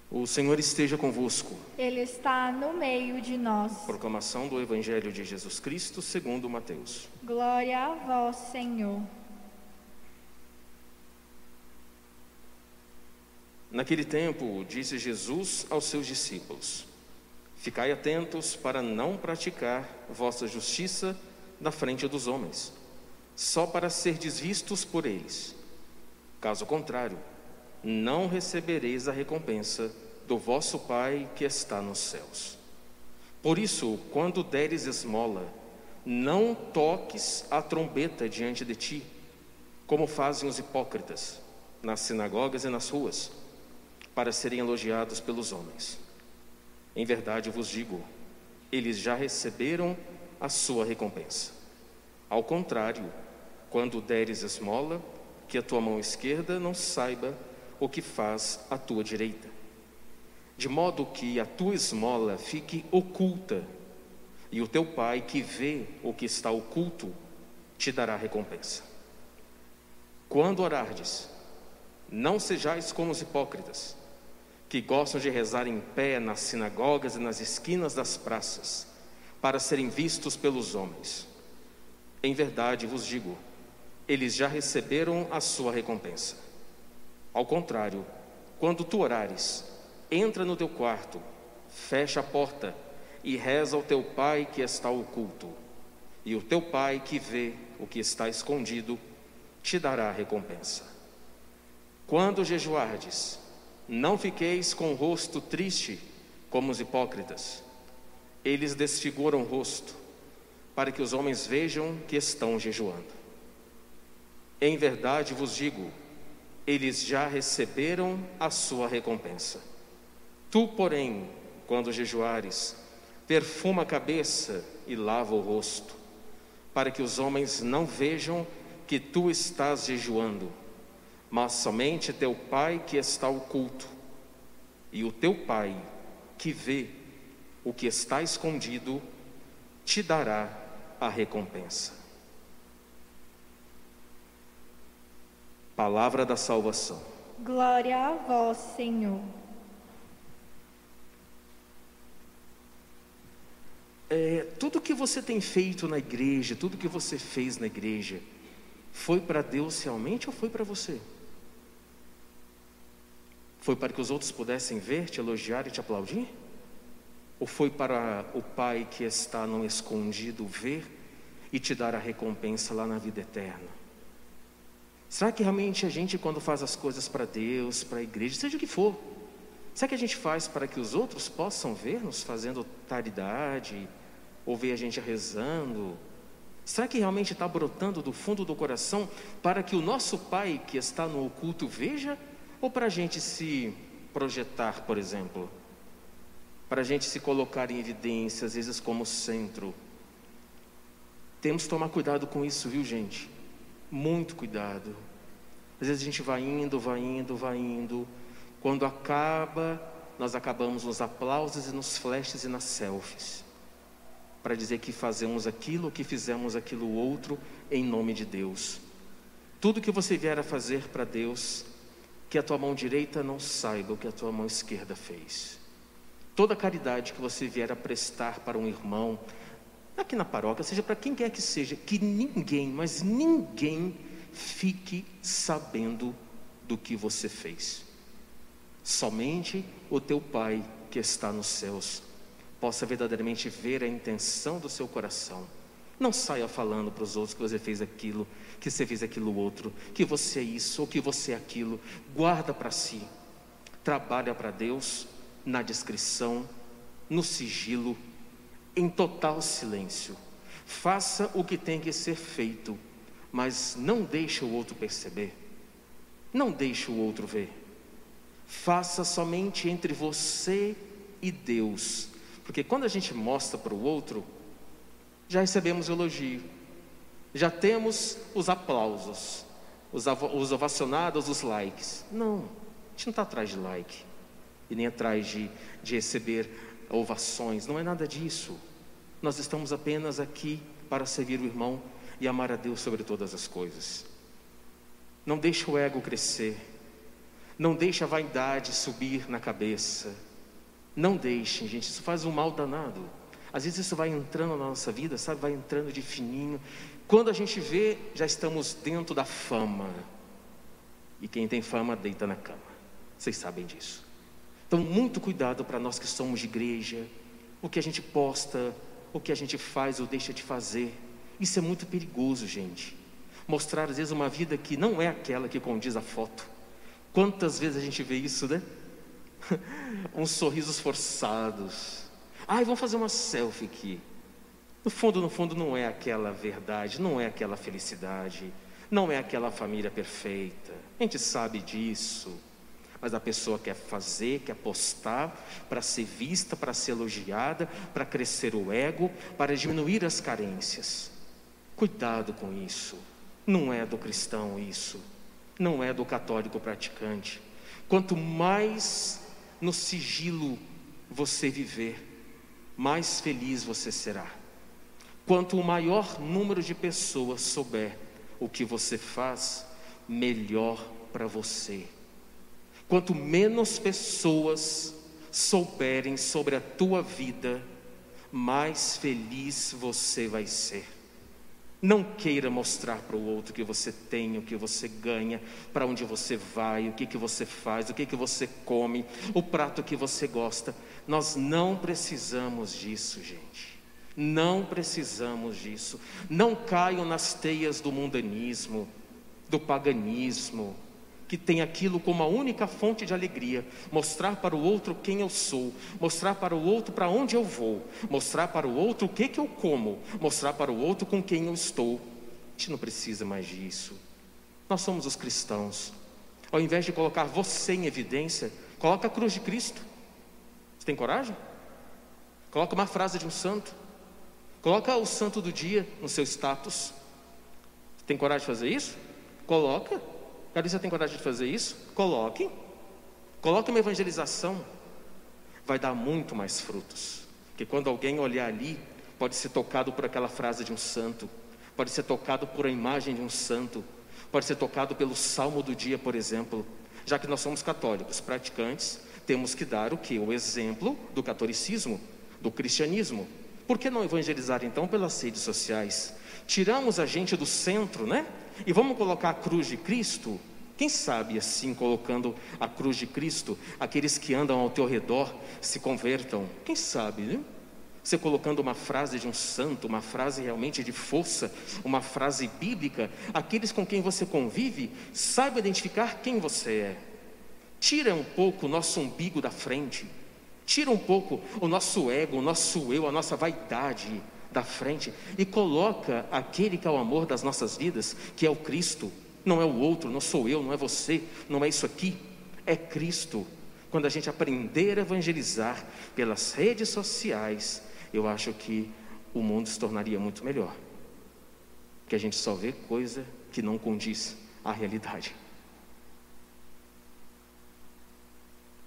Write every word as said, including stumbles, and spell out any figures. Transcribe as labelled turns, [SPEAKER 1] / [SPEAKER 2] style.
[SPEAKER 1] O Senhor esteja convosco.
[SPEAKER 2] Ele está no meio de nós.
[SPEAKER 1] Proclamação do Evangelho de Jesus Cristo segundo Mateus.
[SPEAKER 2] Glória a vós, Senhor.
[SPEAKER 1] Naquele tempo, disse Jesus aos seus discípulos: Ficai atentos para não praticar vossa justiça na frente dos homens, só para serdes vistos por eles. Caso contrário, não recebereis a recompensa do vosso Pai que está nos céus. Por isso, quando deres esmola, não toques a trombeta diante de ti, como fazem os hipócritas nas sinagogas e nas ruas, para serem elogiados pelos homens. Em verdade vos digo, eles já receberam a sua recompensa. Ao contrário, quando deres esmola, que a tua mão esquerda não saiba o que faz a tua direita, de modo que a tua esmola fique oculta, e o teu Pai que vê o que está oculto te dará recompensa. Quando orardes, não sejais como os hipócritas, que gostam de rezar em pé nas sinagogas e nas esquinas das praças, para serem vistos pelos homens. Em verdade vos digo, eles já receberam a sua recompensa. Ao contrário, quando tu orares, entra no teu quarto, fecha a porta e reza ao teu Pai que está oculto, e o teu Pai que vê o que está escondido te dará a recompensa. Quando jejuardes, não fiqueis com o rosto triste como os hipócritas. Eles desfiguram o rosto, para que os homens vejam que estão jejuando. Em verdade vos digo, eles já receberam a sua recompensa. Tu, porém, quando jejuares, perfuma a cabeça e lava o rosto, para que os homens não vejam que tu estás jejuando, mas somente teu Pai que está oculto, e o teu Pai que vê o que está escondido te dará a recompensa. Palavra da salvação.
[SPEAKER 2] Glória a vós, Senhor.
[SPEAKER 1] É, tudo que você tem feito na igreja, tudo que você fez na igreja, foi para Deus realmente ou foi para você? Foi para que os outros pudessem ver, te elogiar e te aplaudir? Ou foi para o Pai que está no escondido ver e te dar a recompensa lá na vida eterna? Será que realmente a gente, quando faz as coisas para Deus, para a igreja, seja o que for, será que a gente faz para que os outros possam ver-nos fazendo caridade, ou ver a gente rezando? Será que realmente está brotando do fundo do coração para que o nosso Pai que está no oculto veja? Ou para a gente se projetar, por exemplo? Para a gente se colocar em evidência, às vezes como centro? Temos que tomar cuidado com isso, viu, gente? Muito cuidado. Às vezes a gente vai indo, vai indo, vai indo. Quando acaba, nós acabamos nos aplausos e nos flashes e nas selfies, para dizer que fazemos aquilo, que fizemos aquilo outro em nome de Deus. Tudo que você vier a fazer para Deus, que a tua mão direita não saiba o que a tua mão esquerda fez. Toda caridade que você vier a prestar para um irmão, aqui na paróquia, seja para quem quer que seja, que ninguém, mas ninguém fique sabendo do que você fez. Somente o teu Pai que está nos céus possa verdadeiramente ver a intenção do seu coração. Não saia falando para os outros que você fez aquilo, que você fez aquilo outro, que você é isso ou que você é aquilo. Guarda para si. Trabalha para Deus na discrição, no sigilo, em total silêncio. Faça o que tem que ser feito, mas não deixe o outro perceber, não deixe o outro ver. Faça somente entre você e Deus, porque quando a gente mostra para o outro, já recebemos elogio, já temos os aplausos, os, os ovacionados, os likes. Não, a gente não está atrás de like, e nem atrás de, de receber ovações, não é nada disso. Nós estamos apenas aqui para servir o irmão e amar a Deus sobre todas as coisas. Não deixe o ego crescer, Não deixe a vaidade subir na cabeça. Não deixem, gente, isso faz um mal danado. Às vezes isso vai entrando na nossa vida, sabe, vai entrando de fininho. Quando a gente vê, já estamos dentro da fama. E quem tem fama deita na cama. Vocês sabem disso. Então, muito cuidado para nós que somos de igreja. O que a gente posta, o que a gente faz ou deixa de fazer. Isso é muito perigoso, gente. Mostrar às vezes uma vida que não é aquela que condiz a foto. Quantas vezes a gente vê isso, né? Uns sorrisos forçados. Ai, vamos fazer uma selfie aqui. No fundo, no fundo não é aquela verdade, não é aquela felicidade, não é aquela família perfeita. A gente sabe disso. Mas a pessoa quer fazer, quer postar para ser vista, para ser elogiada, para crescer o ego, para diminuir as carências. Cuidado com isso. Não é do cristão isso. Não é do católico praticante. Quanto mais no sigilo você viver, mais feliz você será. Quanto o maior número de pessoas souber o que você faz, melhor para você. Quanto menos pessoas souberem sobre a tua vida, mais feliz você vai ser. Não queira mostrar para o outro o que você tem, o que você ganha, para onde você vai, o que, que você faz, o que, que você come, o prato que você gosta. Nós não precisamos disso, gente. Não precisamos disso. Não caiam nas teias do mundanismo, do paganismo, que tem aquilo como a única fonte de alegria. Mostrar para o outro quem eu sou, mostrar para o outro para onde eu vou, mostrar para o outro o que, que eu como, mostrar para o outro com quem eu estou. A gente não precisa mais disso. Nós somos os cristãos. Ao invés de colocar você em evidência, coloca a cruz de Cristo. Você tem coragem? Coloca uma frase de um santo. Coloca o santo do dia no seu status. Você tem coragem de fazer isso? Coloca. Cadê você tem coragem de fazer isso? Coloque. Coloque uma evangelização. Vai dar muito mais frutos. Porque quando alguém olhar ali, pode ser tocado por aquela frase de um santo, pode ser tocado por a imagem de um santo, pode ser tocado pelo salmo do dia, por exemplo. Já que nós somos católicos praticantes, temos que dar o quê? O exemplo do catolicismo, do cristianismo. Por que não evangelizar então pelas redes sociais? Tiramos a gente do centro, né? E vamos colocar a cruz de Cristo. Quem sabe assim, colocando a cruz de Cristo, aqueles que andam ao teu redor se convertam. Quem sabe, né? Você colocando uma frase de um santo, uma frase realmente de força, uma frase bíblica, aqueles com quem você convive saibam identificar quem você é. Tira um pouco o nosso umbigo da frente. Tira um pouco o nosso ego, o nosso eu, a nossa vaidade da frente e coloca aquele que é o amor das nossas vidas, que é o Cristo. Não é o outro, não sou eu, não é você, não é isso aqui, é Cristo. Quando a gente aprender a evangelizar pelas redes sociais, eu acho que o mundo se tornaria muito melhor, porque a gente só vê coisa que não condiz à realidade.